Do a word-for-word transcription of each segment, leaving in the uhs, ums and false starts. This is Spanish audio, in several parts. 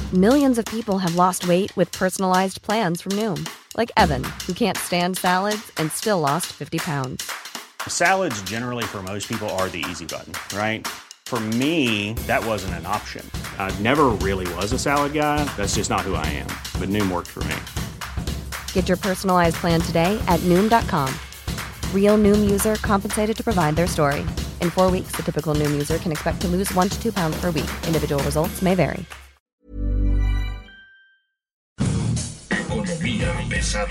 Millions of people have lost weight with personalized plans from Noom. Like Evan, who can't stand salads and still lost fifty pounds. Salads generally for most people are the easy button, right? For me, that wasn't an option. I never really was a salad guy. That's just not who I am. But Noom worked for me. Get your personalized plan today at Noom dot com. Real Noom user compensated to provide their story. In four weeks, the typical Noom user can expect to lose one to two pounds per week. Individual results may vary. Economía pesada.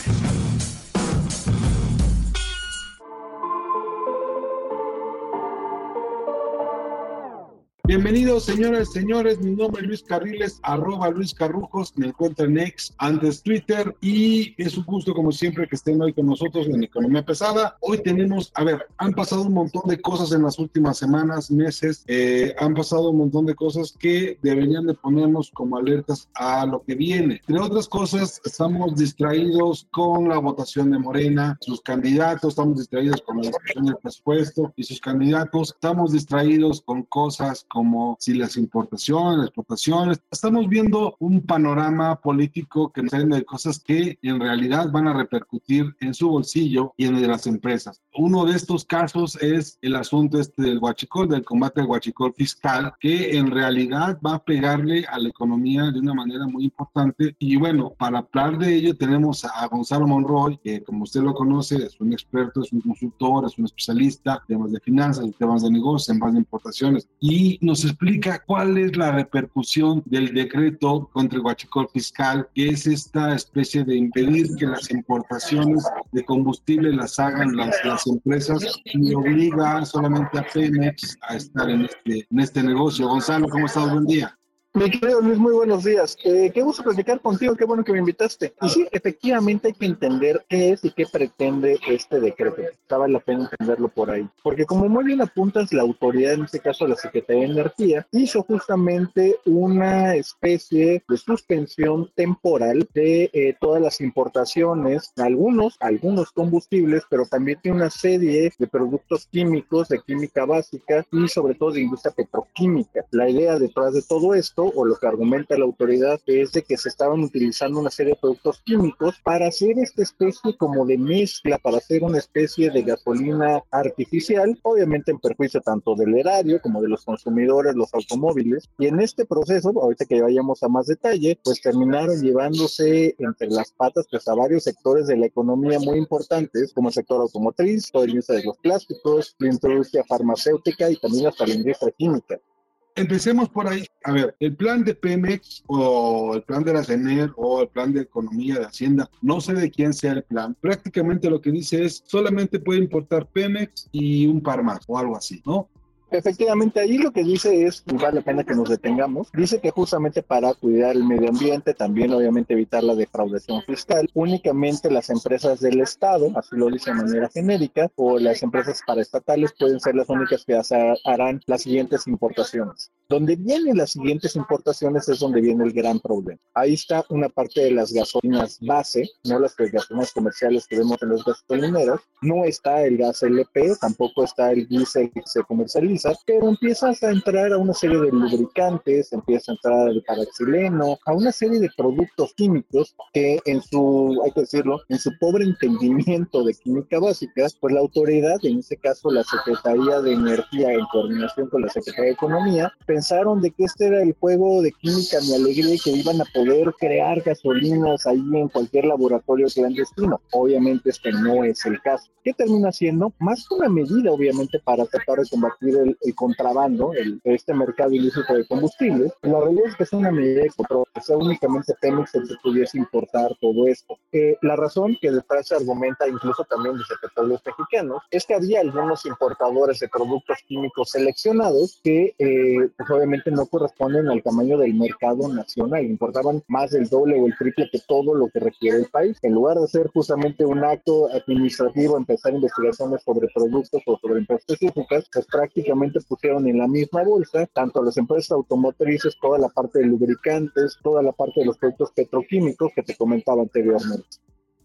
Bienvenidos, señoras y señores, mi nombre es Luis Carriles, arroba Luis Carrujos, me encuentran en X, antes Twitter, y es un gusto como siempre que estén hoy con nosotros en Economía Pesada. Hoy tenemos, a ver, han pasado un montón de cosas en las últimas semanas, meses, eh, han pasado un montón de cosas que deberían de ponernos como alertas a lo que viene. Entre otras cosas, estamos distraídos con la votación de Morena, sus candidatos, estamos distraídos con la discusión del presupuesto y sus candidatos, estamos distraídos con cosas como como si las importaciones, las exportaciones. Estamos viendo un panorama político que nos trae de cosas que en realidad van a repercutir en su bolsillo y en el de las empresas. Uno de estos casos es el asunto este del huachicol, del combate al huachicol fiscal, que en realidad va a pegarle a la economía de una manera muy importante. Y bueno, para hablar de ello tenemos a Gonzalo Monroy, que como usted lo conoce, es un experto, es un consultor, es un especialista en temas de finanzas, en temas de negocios, en temas de importaciones. Y nos explica cuál es la repercusión del decreto contra el huachicol fiscal, que es esta especie de impedir que las importaciones de combustible las hagan las, las empresas y obliga solamente a Pemex a estar en este, en este negocio. Gonzalo, ¿cómo estás? Buen día. Mi querido Luis, muy buenos días. Eh, qué gusto platicar contigo, qué bueno que me invitaste. Y sí, efectivamente hay que entender qué es y qué pretende este decreto. Estaba la pena entenderlo por ahí. Porque como muy bien apuntas, la autoridad, en este caso la Secretaría de Energía, hizo justamente una especie de suspensión temporal de eh, todas las importaciones, algunos, algunos combustibles, pero también tiene una serie de productos químicos, de química básica y sobre todo de industria petroquímica. La idea detrás de todo esto, o lo que argumenta la autoridad, es de que se estaban utilizando una serie de productos químicos para hacer esta especie como de mezcla, para hacer una especie de gasolina artificial, obviamente en perjuicio tanto del erario como de los consumidores, los automóviles, y en este proceso, ahorita que vayamos a más detalle, pues terminaron llevándose entre las patas pues a varios sectores de la economía muy importantes, como el sector automotriz, toda la industria de los plásticos, la industria farmacéutica y también hasta la industria química. Empecemos por ahí. A ver, el plan de Pemex o el plan de la CENER o el plan de Economía de Hacienda, no sé de quién sea el plan, prácticamente lo que dice es solamente puede importar Pemex y un par más o algo así, ¿no? Efectivamente, ahí lo que dice es, y vale la pena que nos detengamos, dice que justamente para cuidar el medio ambiente, también obviamente evitar la defraudación fiscal, únicamente las empresas del Estado, así lo dice de manera genérica, o las empresas paraestatales pueden ser las únicas que harán las siguientes importaciones. Donde vienen las siguientes importaciones es donde viene el gran problema. Ahí está una parte de las gasolinas base, no las gasolinas comerciales que vemos en las gasolineras, no está el gas L P, tampoco está el diésel que se comercializa, pero empiezas a entrar a una serie de lubricantes, empieza a entrar el paraxileno, a una serie de productos químicos que en su, hay que decirlo, en su pobre entendimiento de química básica, pues la autoridad, en este caso la Secretaría de Energía en coordinación con la Secretaría de Economía, pensaron de que este era el juego de química mi alegría y que iban a poder crear gasolinas ahí en cualquier laboratorio clandestino. Obviamente este no es el caso. ¿Qué termina siendo? Más que una medida, obviamente, para tratar de combatir el, el contrabando, el, este mercado ilícito de combustibles. La realidad es que es una medida de control, que sea únicamente Pemex el que pudiese importar todo esto. Eh, la razón que detrás se argumenta, incluso también desde petróleos mexicanos, es que había algunos importadores de productos químicos seleccionados que, eh, pues obviamente, no corresponden al tamaño del mercado nacional. Importaban más del doble o el triple que todo lo que requiere el país. En lugar de hacer justamente un acto administrativo, empezar investigaciones sobre productos o sobre empresas específicas, pues prácticamente pusieron en la misma bolsa tanto las empresas automotrices, toda la parte de lubricantes, toda la parte de los productos petroquímicos que te comentaba anteriormente.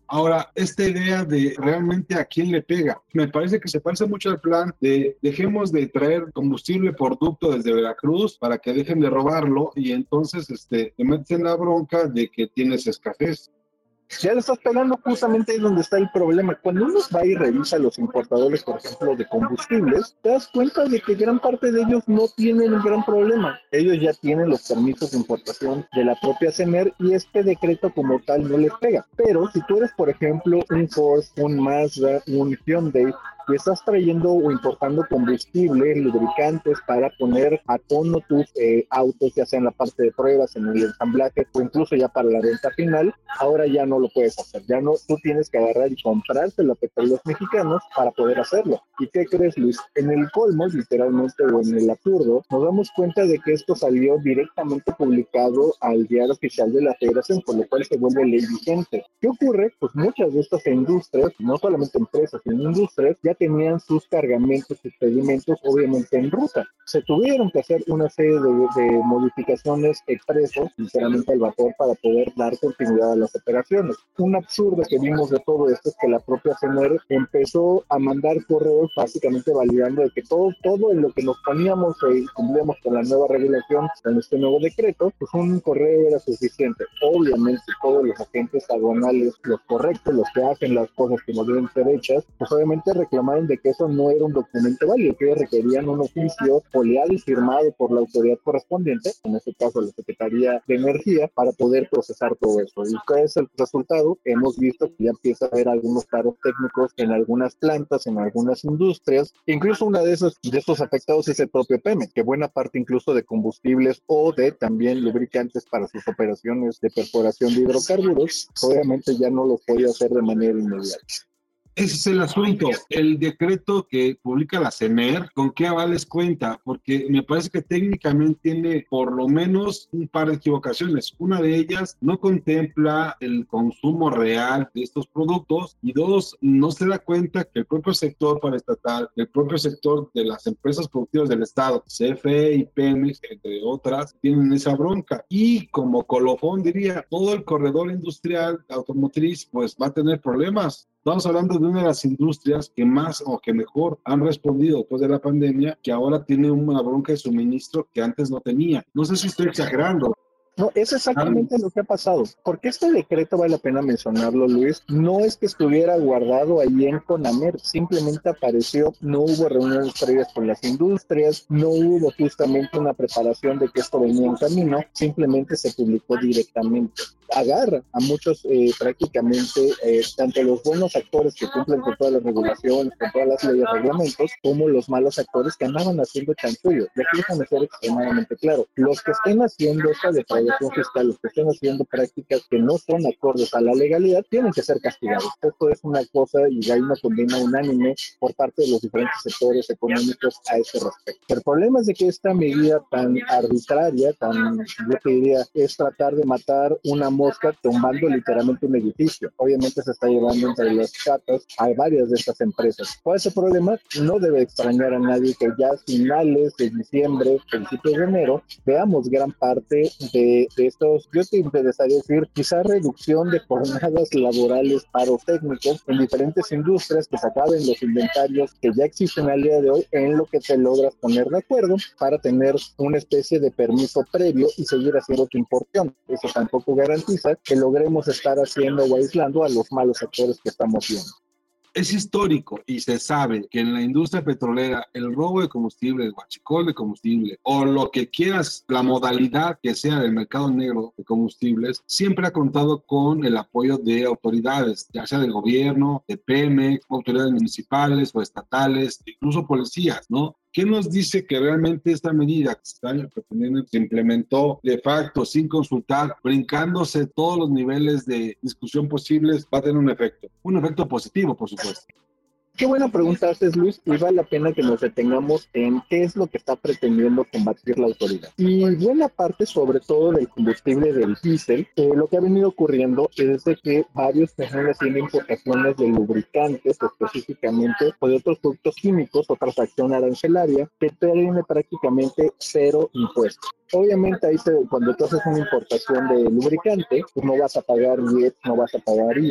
Ahora, esta idea de realmente a quién le pega, me parece que se parece mucho al plan de dejemos de traer combustible por ducto desde Veracruz para que dejen de robarlo y entonces este, te metes en la bronca de que tienes escasez. Ya le estás pegando justamente ahí donde está el problema. Cuando uno va y revisa los importadores, por ejemplo, de combustibles, te das cuenta de que gran parte de ellos no tienen un gran problema. Ellos ya tienen los permisos de importación de la propia CEMER y este decreto como tal no les pega. Pero si tú eres, por ejemplo, un Ford, un Mazda, un Hyundai, y estás trayendo o importando combustible, lubricantes para poner a tono tus eh, autos, ya sea en la parte de pruebas, en el ensamblaje o incluso ya para la venta final, ahora ya no lo puedes hacer. Ya no, tú tienes que agarrar y comprárselo a petróleos mexicanos para poder hacerlo. ¿Y qué crees, Luis? En el colmo, literalmente, o en el absurdo, nos damos cuenta de que esto salió directamente publicado al diario oficial de la Federación, por lo cual se vuelve ley vigente. ¿Qué ocurre? Pues muchas de estas industrias, no solamente empresas, sino industrias, ya tenían sus cargamentos y experimentos obviamente en ruta. Se tuvieron que hacer una serie de, de modificaciones expresos, sinceramente al vapor, para poder dar continuidad a las operaciones. Un absurdo que vimos de todo esto es que la propia CEMER empezó a mandar correos básicamente validando de que todo, todo en lo que nos poníamos y eh, cumplíamos con la nueva regulación, con este nuevo decreto, pues un correo era suficiente. Obviamente todos los agentes aduanales, los correctos, los que hacen las cosas que no deben ser hechas, pues obviamente reclamaron de que eso no era un documento válido, que requerían un oficio foliado y firmado por la autoridad correspondiente, en este caso la Secretaría de Energía, para poder procesar todo eso. ¿Y cuál es el resultado? Hemos visto que ya empieza a haber algunos paros técnicos en algunas plantas, en algunas industrias, incluso una de esos de estos afectados es el propio Pemex, que buena parte incluso de combustibles o de también lubricantes para sus operaciones de perforación de hidrocarburos, obviamente ya no los podía hacer de manera inmediata. Ese es el asunto, el decreto que publica la CEMER, ¿con qué avales cuenta? Porque me parece que técnicamente tiene por lo menos un par de equivocaciones. Una de ellas no contempla el consumo real de estos productos y dos, no se da cuenta que el propio sector paraestatal, el propio sector de las empresas productivas del Estado, C F E y Pemex, entre otras, tienen esa bronca. Y como colofón diría, todo el corredor industrial automotriz pues va a tener problemas. Estamos hablando de una de las industrias que más o que mejor han respondido después de la pandemia, que ahora tiene una bronca de suministro que antes no tenía. No sé si estoy exagerando. No, es exactamente lo que ha pasado. Porque este decreto, vale la pena mencionarlo, Luis, no es que estuviera guardado ahí en CONAMER, simplemente apareció, no hubo reuniones previas con las industrias, no hubo justamente una preparación de que esto venía en camino, simplemente se publicó directamente. Agarra a muchos eh, prácticamente, eh, tanto los buenos actores que cumplen con todas las regulaciones, con todas las leyes y reglamentos, como los malos actores que andaban haciendo chanchullo. Y aquí déjame ser extremadamente claro, los que estén haciendo esta defraudación fiscal, los que estén haciendo prácticas que no son acordes a la legalidad, tienen que ser castigados. Esto es una cosa y hay una condena unánime por parte de los diferentes sectores económicos a este respecto. El problema es de que esta medida tan arbitraria, tan, yo te diría, es tratar de matar una mosca tumbando literalmente un edificio. Obviamente se está llevando entre las patas a varias de estas empresas. ¿Cuál es el problema? No debe extrañar a nadie que ya a finales de diciembre, principios de enero, veamos gran parte de, de estos, yo te interesaría decir, quizás reducción de jornadas laborales paros técnicos en diferentes industrias, que se acaben los inventarios que ya existen al día de hoy, en lo que te logras poner de acuerdo para tener una especie de permiso previo y seguir haciendo tu importación. Eso tampoco garantiza que logremos estar haciendo o aislando a los malos actores que estamos viendo. Es histórico y se sabe que en la industria petrolera el robo de combustible, el huachicol de combustible o lo que quieras, la modalidad que sea del mercado negro de combustibles, siempre ha contado con el apoyo de autoridades, ya sea del gobierno, de Pemex, autoridades municipales o estatales, incluso policías, ¿no? ¿Qué nos dice que realmente esta medida que se está proponiendo se implementó de facto, sin consultar, brincándose todos los niveles de discusión posibles, va a tener un efecto? Un efecto positivo, por supuesto. Qué buena pregunta haces, Luis, y vale la pena que nos detengamos en qué es lo que está pretendiendo combatir la autoridad. Y buena parte, sobre todo del combustible del diésel, eh, lo que ha venido ocurriendo es de que varios están haciendo importaciones de lubricantes, específicamente, o de otros productos químicos, otra fracción arancelaria, que tiene prácticamente cero impuestos. Obviamente ahí se, cuando tú haces una importación de lubricante, pues no vas a pagar I E P, no vas a pagar I V A,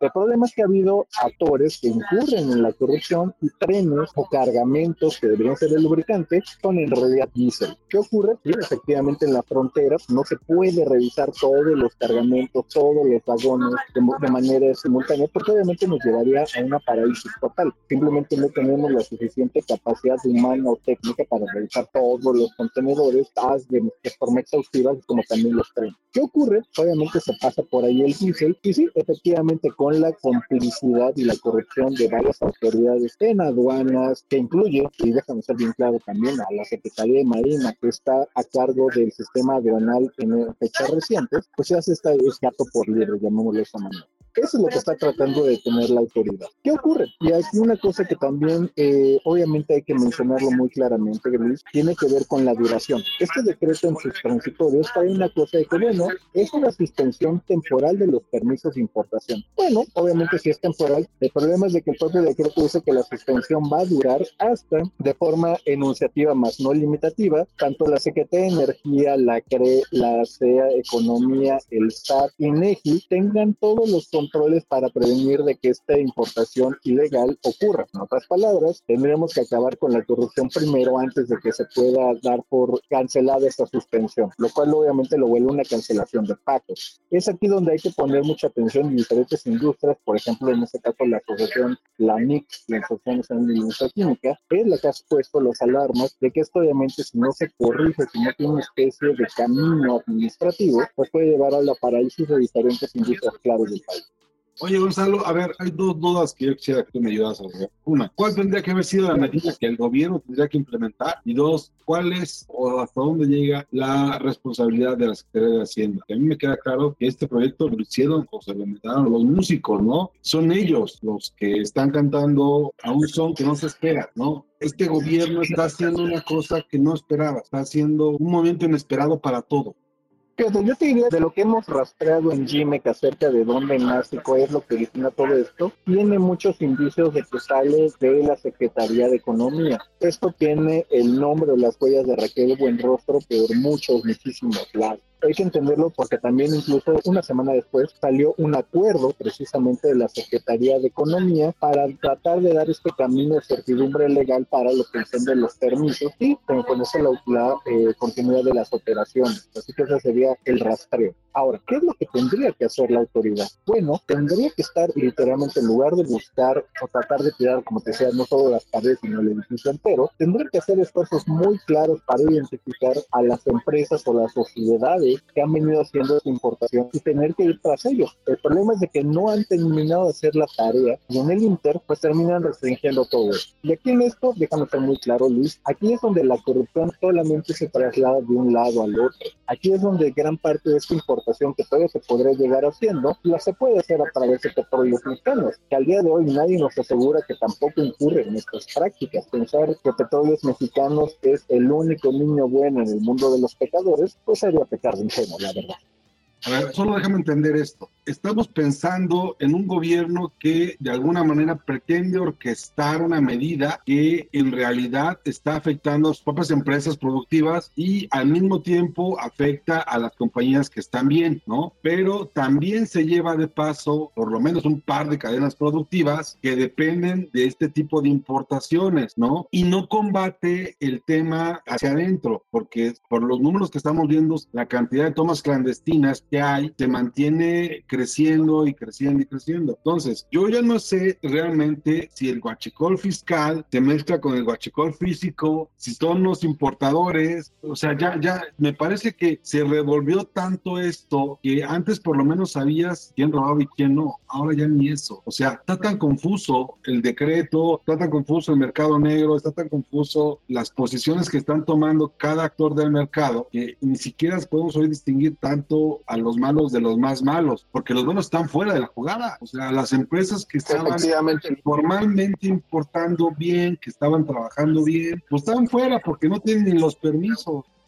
El problema es que ha habido actores que incurren en la corrupción y trenes o cargamentos que deberían ser el lubricante son en realidad diésel. ¿Qué ocurre? Sí, efectivamente en la frontera no se puede revisar todos los cargamentos, todos los vagones de, de manera simultánea, porque obviamente nos llevaría a una parálisis total. Simplemente no tenemos la suficiente capacidad humana o técnica para revisar todos los contenedores de, de forma exhaustiva, como también los trenes. ¿Qué ocurre? Obviamente se pasa por ahí el diésel y sí, efectivamente con la complicidad y la corrupción de varias autoridades en aduanas, que incluye, y déjame ser bien claro también, a la Secretaría de Marina, que está a cargo del sistema aduanal en fechas recientes, pues se hace este gato por liebre, llamémoslo de esa manera. Eso es lo que está tratando de detener la autoridad. ¿Qué ocurre? Y aquí una cosa que también, eh, obviamente hay que mencionarlo muy claramente, Luis, tiene que ver con la duración. Este decreto en sus transitorios trae una cosa de que, bueno, es una suspensión temporal de los permisos de importación. Bueno, obviamente si es temporal, el problema es de que el propio decreto dice que la suspensión va a durar hasta, de forma enunciativa más no limitativa, tanto la Secretaría de Energía, la C R E, la C E A, Economía, el S A T, INEGI, tengan todos los controles para prevenir de que esta importación ilegal ocurra. En otras palabras, tendremos que acabar con la corrupción primero antes de que se pueda dar por cancelada esta suspensión, lo cual obviamente lo vuelve una cancelación de pactos. Es aquí donde hay que poner mucha atención en diferentes industrias, por ejemplo, en este caso la asociación, la N I C, la Asociación Nacional de Industria Química, es la que ha puesto las alarmas de que esto obviamente si no se corrige, si no tiene una especie de camino administrativo, pues puede llevar a la parálisis de diferentes industrias claves del país. Oye, Gonzalo, a ver, hay dos dudas que yo quisiera que tú me ayudas a resolver. Una, ¿cuál tendría que haber sido la medida que el gobierno tendría que implementar? Y dos, ¿cuál es o hasta dónde llega la responsabilidad de la Secretaría de Hacienda? Que a mí me queda claro que este proyecto lo hicieron o se lo inventaron los músicos, ¿no? Son ellos los que están cantando a un son que no se espera, ¿no? Este gobierno está haciendo una cosa que no esperaba, está haciendo un momento inesperado para todo. Fíjate, yo te diría de lo que hemos rastreado en G I M E C acerca de dónde nace y cuál es lo que origina todo esto, tiene muchos indicios de que sale de la Secretaría de Economía. Esto tiene el nombre o las huellas de Raquel Buenrostro por muchos, muchísimos lados. Hay que entenderlo porque también incluso una semana después salió un acuerdo precisamente de la Secretaría de Economía para tratar de dar este camino de certidumbre legal para lo que son de los permisos y con eso la, la eh, continuidad de las operaciones. Así que ese sería el rastreo. Ahora, ¿qué es lo que tendría que hacer la autoridad? Bueno, tendría que estar literalmente en lugar de buscar o tratar de tirar, como te decía, no solo las paredes, sino el edificio entero, tendría que hacer esfuerzos muy claros para identificar a las empresas o las sociedades que han venido haciendo esta importación y tener que ir tras ellos. El problema es de que no han terminado de hacer la tarea y en el Inter pues terminan restringiendo todo eso. Y aquí en esto, déjame ser muy claro, Luis, aquí es donde la corrupción solamente se traslada de un lado al otro. Aquí es donde gran parte de esta importación que todavía se podría llegar haciendo, la se puede hacer a través de petróleos mexicanos, que al día de hoy nadie nos asegura que tampoco incurre en estas prácticas. Pensar que petróleos mexicanos es el único niño bueno en el mundo de los pecadores, pues sería pecar de ingenuo, la verdad. A ver, solo déjame entender esto. Estamos pensando en un gobierno que de alguna manera pretende orquestar una medida que en realidad está afectando a sus propias empresas productivas y al mismo tiempo afecta a las compañías que están bien, ¿no? Pero también se lleva de paso por lo menos un par de cadenas productivas que dependen de este tipo de importaciones, ¿no? Y no combate el tema hacia adentro, porque por los números que estamos viendo, la cantidad de tomas clandestinas que hay se mantiene creciendo y creciendo y creciendo. Entonces, yo ya no sé realmente si el huachicol fiscal se mezcla con el huachicol físico, si son los importadores, o sea, ya, ya me parece que se revolvió tanto esto que antes por lo menos sabías quién robaba y quién no, ahora ya ni eso. O sea, está tan confuso el decreto, está tan confuso el mercado negro, está tan confuso las posiciones que están tomando cada actor del mercado que ni siquiera podemos hoy distinguir tanto a los malos de los más malos, porque los buenos están fuera de la jugada. O sea, las empresas que estaban formalmente importando bien, que estaban trabajando bien, pues estaban fuera porque no tienen ni los permisos.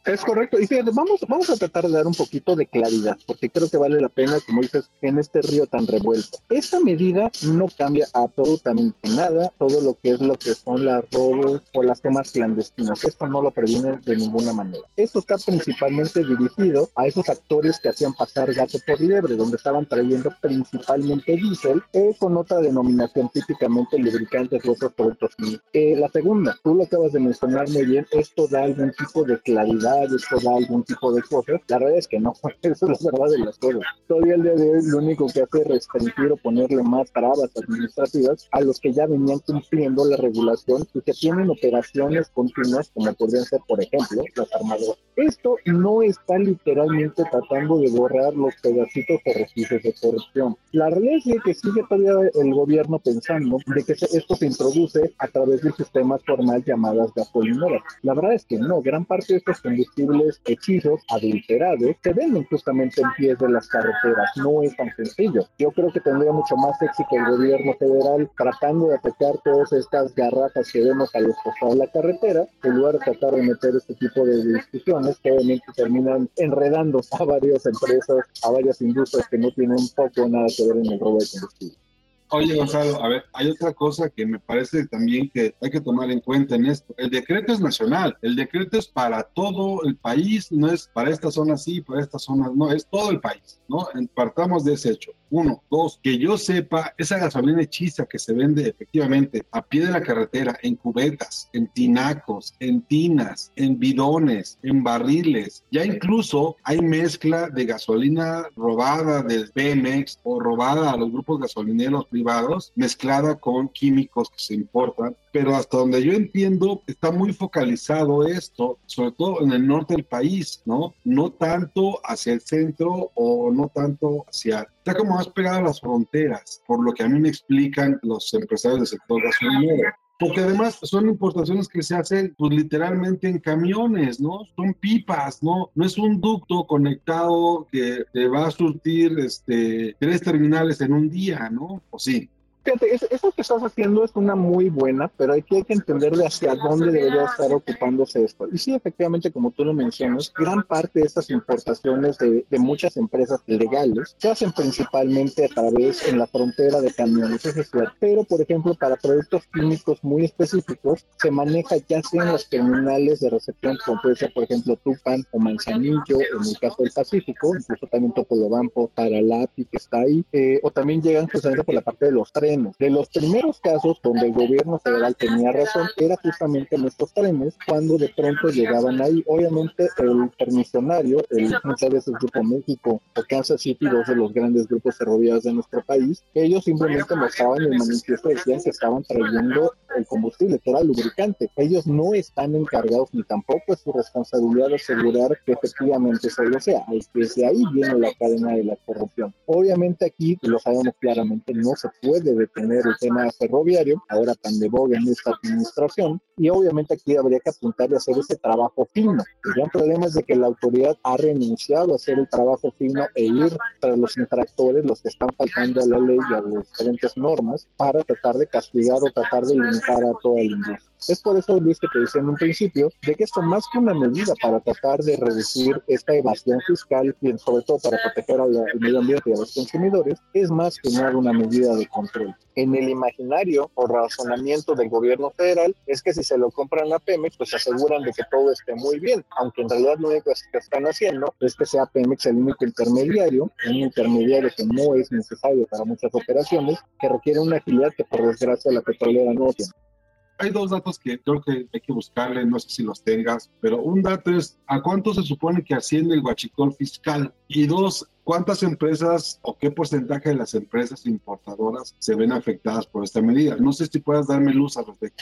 Es correcto, y fíjate, vamos, vamos a tratar de dar un poquito de claridad, porque creo que vale la pena, como dices, en este río tan revuelto. Esta medida no cambia absolutamente nada, todo lo que es lo que son las robos o las tomas clandestinas, esto no lo previene de ninguna manera. Esto está principalmente dirigido a esos actores que hacían pasar gato por liebre, donde estaban trayendo principalmente diésel, eh, con otra denominación, típicamente lubricantes u otros productos. Eh, la segunda, tú lo acabas de mencionar muy bien, esto da algún tipo de claridad, esto da algún tipo de cosas. La verdad es que no, eso es la verdad de las cosas. Todavía el día de hoy lo único que hace es restringir o ponerle más trabas administrativas a los que ya venían cumpliendo la regulación y que tienen operaciones continuas, como podrían ser, por ejemplo, las armadoras. Esto no está literalmente tratando de borrar los pedacitos o resquicios de corrupción. La realidad es que sigue todavía el gobierno pensando de que esto se introduce a través del sistema formal llamadas gasolineras. La verdad es que no, gran parte de estos combustibles hechizos, adulterados, se venden justamente en pies de las carreteras. No es tan sencillo. Yo creo que tendría mucho más éxito el gobierno federal tratando de atacar todas estas garrafas que vemos a los costados de la carretera, en lugar de tratar de meter este tipo de discusiones que obviamente terminan enredando a varias empresas, a varias industrias que no tienen poco o nada que ver en el robo de combustible. Oye, Gonzalo, a ver, hay otra cosa que me parece también que hay que tomar en cuenta en esto. El decreto es nacional, el decreto es para todo el país, no es para esta zona sí, para esta zona no, es todo el país, ¿no? Partamos de ese hecho. Uno, dos, que yo sepa, esa gasolina hechiza que se vende efectivamente a pie de la carretera, en cubetas, en tinacos, en tinas, en bidones, en barriles, ya incluso hay mezcla de gasolina robada del Pemex o robada a los grupos gasolineros privados, mezclada con químicos que se importan, pero hasta donde yo entiendo está muy focalizado esto, sobre todo en el norte del país, ¿no? No tanto hacia el centro o no tanto hacia... Está como más pegado a las fronteras, por lo que a mí me explican los empresarios del sector gasolinero. Porque además son importaciones que se hacen pues literalmente en camiones, ¿no? Son pipas, ¿no? No es un ducto conectado que te va a surtir este, tres terminales en un día, ¿no? ¿O sí? Fíjate, eso que estás haciendo es una muy buena, pero hay que, hay que entender de hacia dónde debería estar ocupándose esto. Y sí, efectivamente, como tú lo mencionas, gran parte de estas importaciones de, de muchas empresas legales se hacen principalmente a través en la frontera de camiones, eso es cierto. Pero, por ejemplo, para productos químicos muy específicos, se maneja ya sea en los terminales de recepción, como puede ser, por ejemplo, Tupan o Manzanillo, en el caso del Pacífico, incluso también Topolobampo para la A P I que está ahí, eh, o también llegan justamente por la parte de los trenes. De los primeros casos donde el gobierno federal tenía razón era justamente en estos trenes cuando de pronto llegaban ahí. Obviamente el permisionario, el muchas veces Grupo México o Kansas City, dos de los grandes grupos ferroviarios de nuestro país, ellos simplemente mostraban el manifiesto, decían que estaban trayendo el combustible, que era el lubricante. Ellos no están encargados ni tampoco es su responsabilidad asegurar que efectivamente eso lo sea. Desde ahí viene la cadena de la corrupción. Obviamente aquí, lo sabemos claramente, no se puede detener el tema ferroviario, ahora tan de boga en esta administración, y obviamente aquí habría que apuntar a hacer ese trabajo fino. El gran problema es de que la autoridad ha renunciado a hacer el trabajo fino e ir tras los infractores, los que están faltando a la ley y a las diferentes normas, para tratar de castigar o tratar de limitar a toda la industria. Es por eso, Luis, que te decía en un principio, de que esto más que una medida para tratar de reducir esta evasión fiscal y sobre todo para proteger al medio ambiente y a los consumidores, es más que nada una medida de control. En el imaginario o razonamiento del gobierno federal es que si se lo compran a Pemex, pues aseguran de que todo esté muy bien, aunque en realidad lo único que están haciendo es que sea Pemex el único intermediario, un intermediario que no es necesario para muchas operaciones, que requiere una agilidad que por desgracia la petrolera no tiene. Hay dos datos que creo que hay que buscarle, no sé si los tengas, pero un dato es ¿a cuánto se supone que asciende el huachicol fiscal? Y dos, ¿cuántas empresas o qué porcentaje de las empresas importadoras se ven afectadas por esta medida? No sé si puedas darme luz al respecto.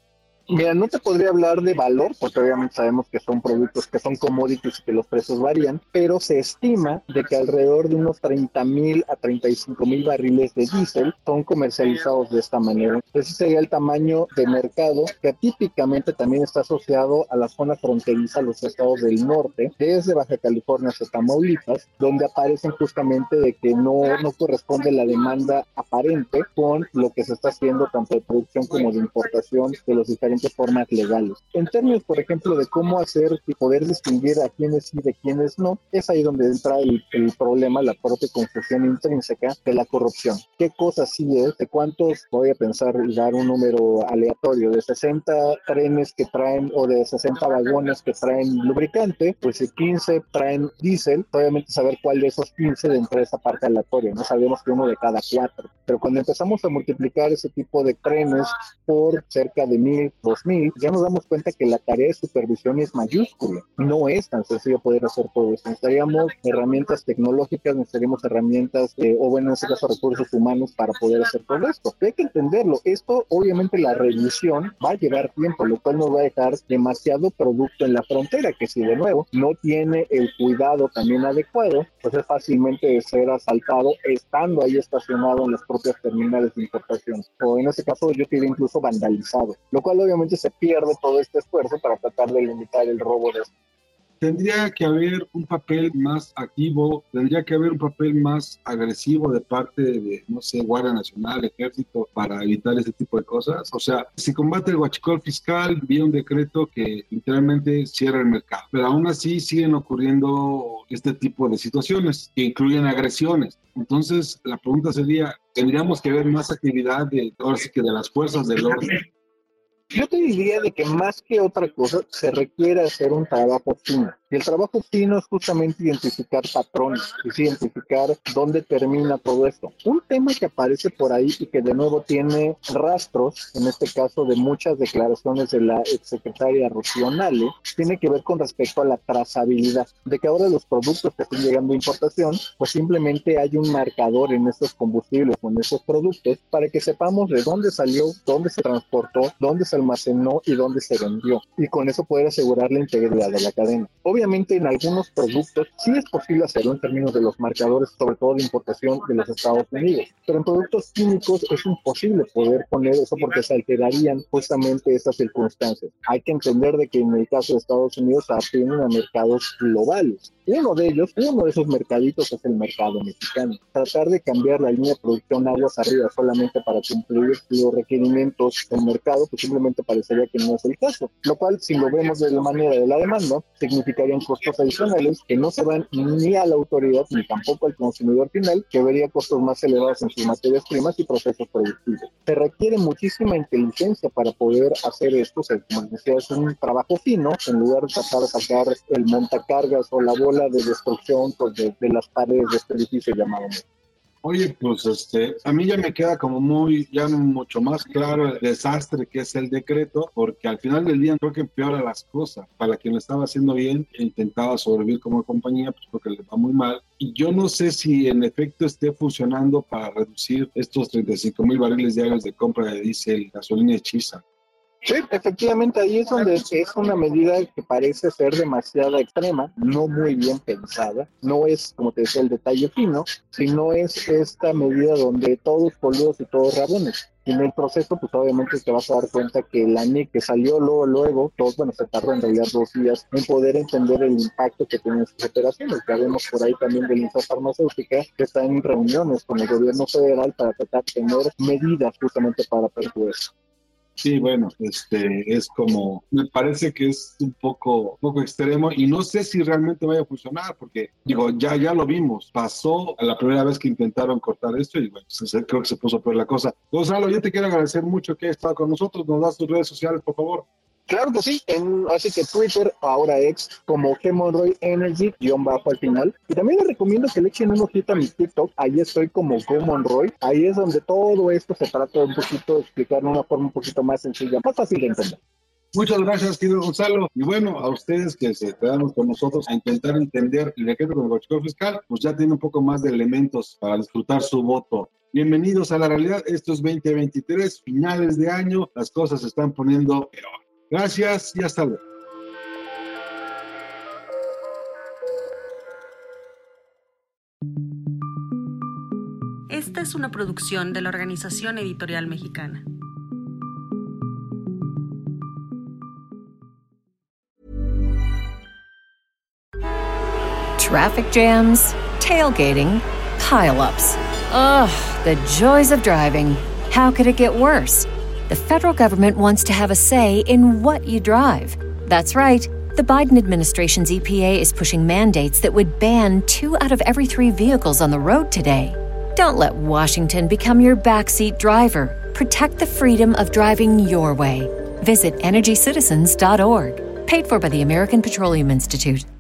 Mira, no te podría hablar de valor, porque obviamente sabemos que son productos que son commodities y que los precios varían, pero se estima de que alrededor de unos treinta mil a treinta y cinco mil barriles de diésel son comercializados de esta manera. Ese sería el tamaño de mercado que típicamente también está asociado a la zona fronteriza, a los estados del norte, desde Baja California hasta Tamaulipas, donde aparecen justamente de que no, no corresponde la demanda aparente con lo que se está haciendo tanto de producción como de importación de los diferentes diferentes formas legales. En términos, por ejemplo, de cómo hacer y poder distinguir a quiénes sí de quiénes no, es ahí donde entra el, el problema, la propia confusión intrínseca de la corrupción. ¿Qué cosa sí es? ¿De cuántos? Voy a pensar y dar un número aleatorio, de sesenta trenes que traen o de sesenta vagones que traen lubricante, pues si quince traen diésel, obviamente saber cuál de esos quince dentro de esa parte aleatoria, no sabemos que uno de cada cuatro, pero cuando empezamos a multiplicar ese tipo de trenes por cerca de mil, dos mil, ya nos damos cuenta que la tarea de supervisión es mayúscula, no es tan sencillo poder hacer todo eso. Necesitaríamos herramientas tecnológicas, necesitaríamos herramientas eh, o bueno, en este caso recursos humanos para poder hacer todo esto. Hay que entenderlo, esto obviamente la revisión va a llevar tiempo, lo cual nos va a dejar demasiado producto en la frontera, que si de nuevo no tiene el cuidado también adecuado, pues es fácilmente de ser asaltado estando ahí estacionado en las propias terminales de importación, o en este caso yo diría incluso vandalizado, lo cual obviamente se pierde todo este esfuerzo para tratar de limitar el robo de esto. Tendría que haber un papel más activo, tendría que haber un papel más agresivo de parte de, no sé, Guardia Nacional, Ejército, para evitar ese tipo de cosas. O sea, si combate el huachicol fiscal, vía un decreto que literalmente cierra el mercado. Pero aún así siguen ocurriendo este tipo de situaciones que incluyen agresiones. Entonces, la pregunta sería, ¿tendríamos que ver más actividad de, ahora sí que de las fuerzas del orden? Yo te diría de que más que otra cosa se requiere hacer un trabajo fino. Y el trabajo fino es justamente identificar patrones, es identificar dónde termina todo esto. Un tema que aparece por ahí y que de nuevo tiene rastros, en este caso de muchas declaraciones de la exsecretaria Rocío Nale, tiene que ver con respecto a la trazabilidad, de que ahora los productos que están llegando a importación, pues simplemente hay un marcador en estos combustibles o en estos productos para que sepamos de dónde salió, dónde se transportó, dónde se almacenó y dónde se vendió, y con eso poder asegurar la integridad de la cadena. Obviamente en algunos productos sí es posible hacerlo en términos de los marcadores, sobre todo de importación de los Estados Unidos, pero en productos químicos es imposible poder poner eso porque se alterarían justamente esas circunstancias. Hay que entender de que en el caso de Estados Unidos atienden a mercados globales. Uno de ellos, uno de esos mercaditos es el mercado mexicano. Tratar de cambiar la línea de producción aguas arriba solamente para cumplir los requerimientos del mercado, pues simplemente parecería que no es el caso. Lo cual, si lo vemos de la manera de la demanda, significarían costos adicionales que no se van ni a la autoridad ni tampoco al consumidor final, que vería costos más elevados en sus materias primas y procesos productivos. Se requiere muchísima inteligencia para poder hacer esto. O sea, como decía, es un trabajo fino, en lugar de tratar de sacar el montacargas o la bola de destrucción pues, de, de las paredes de este edificio llamado. Oye, pues este, a mí ya me queda como muy, ya mucho más claro el desastre que es el decreto, porque al final del día creo que empeora las cosas. Para quien lo estaba haciendo bien e intentaba sobrevivir como compañía, pues creo que le va muy mal. Y yo no sé si en efecto esté funcionando para reducir estos treinta y cinco mil barriles diarios de compra de diésel, gasolina hechiza. Sí, efectivamente, ahí es donde es una medida que parece ser demasiado extrema, no muy bien pensada, no es, como te decía, el detalle fino, sino es esta medida donde todos coludos y todos rabones. Y en el proceso, pues obviamente te vas a dar cuenta que la N I C que salió luego, luego, todos, bueno, se tardó en realidad dos días en poder entender el impacto que tienen sus operaciones. Ya vemos por ahí también de la industria farmacéutica que está en reuniones con el gobierno federal para tratar de tener medidas justamente para perjudicar eso. Sí, bueno, este es como, me parece que es un poco, un poco extremo y no sé si realmente vaya a funcionar porque, digo, ya, ya lo vimos, pasó a la primera vez que intentaron cortar esto y bueno, se, creo que se puso peor la cosa. Gonzalo, yo te quiero agradecer mucho que hayas estado con nosotros, nos das tus redes sociales, por favor. Claro que sí, en, así que Twitter, ahora ex, como G Monroy Energy, guión bajo al final. Y también les recomiendo que le echen un ojito a mi TikTok, ahí estoy como Go Monroy. Ahí es donde todo esto se trata de un poquito de explicar de una forma un poquito más sencilla, más fácil de entender. Muchas gracias, querido Gonzalo. Y bueno, a ustedes que se quedaron con nosotros a intentar entender el decreto con el huachicol fiscal, pues ya tiene un poco más de elementos para disfrutar su voto. Bienvenidos a la realidad, esto es veinte veintitrés, finales de año, las cosas se están poniendo peor. Gracias y hasta luego. Esta es una producción de la Organización Editorial Mexicana. Traffic jams, tailgating, pile-ups. Ugh, the joys of driving. How could it get worse? The federal government wants to have a say in what you drive. That's right. The Biden administration's E P A is pushing mandates that would ban two out of every three vehicles on the road today. Don't let Washington become your backseat driver. Protect the freedom of driving your way. Visit energy citizens dot org. Paid for by the American Petroleum Institute.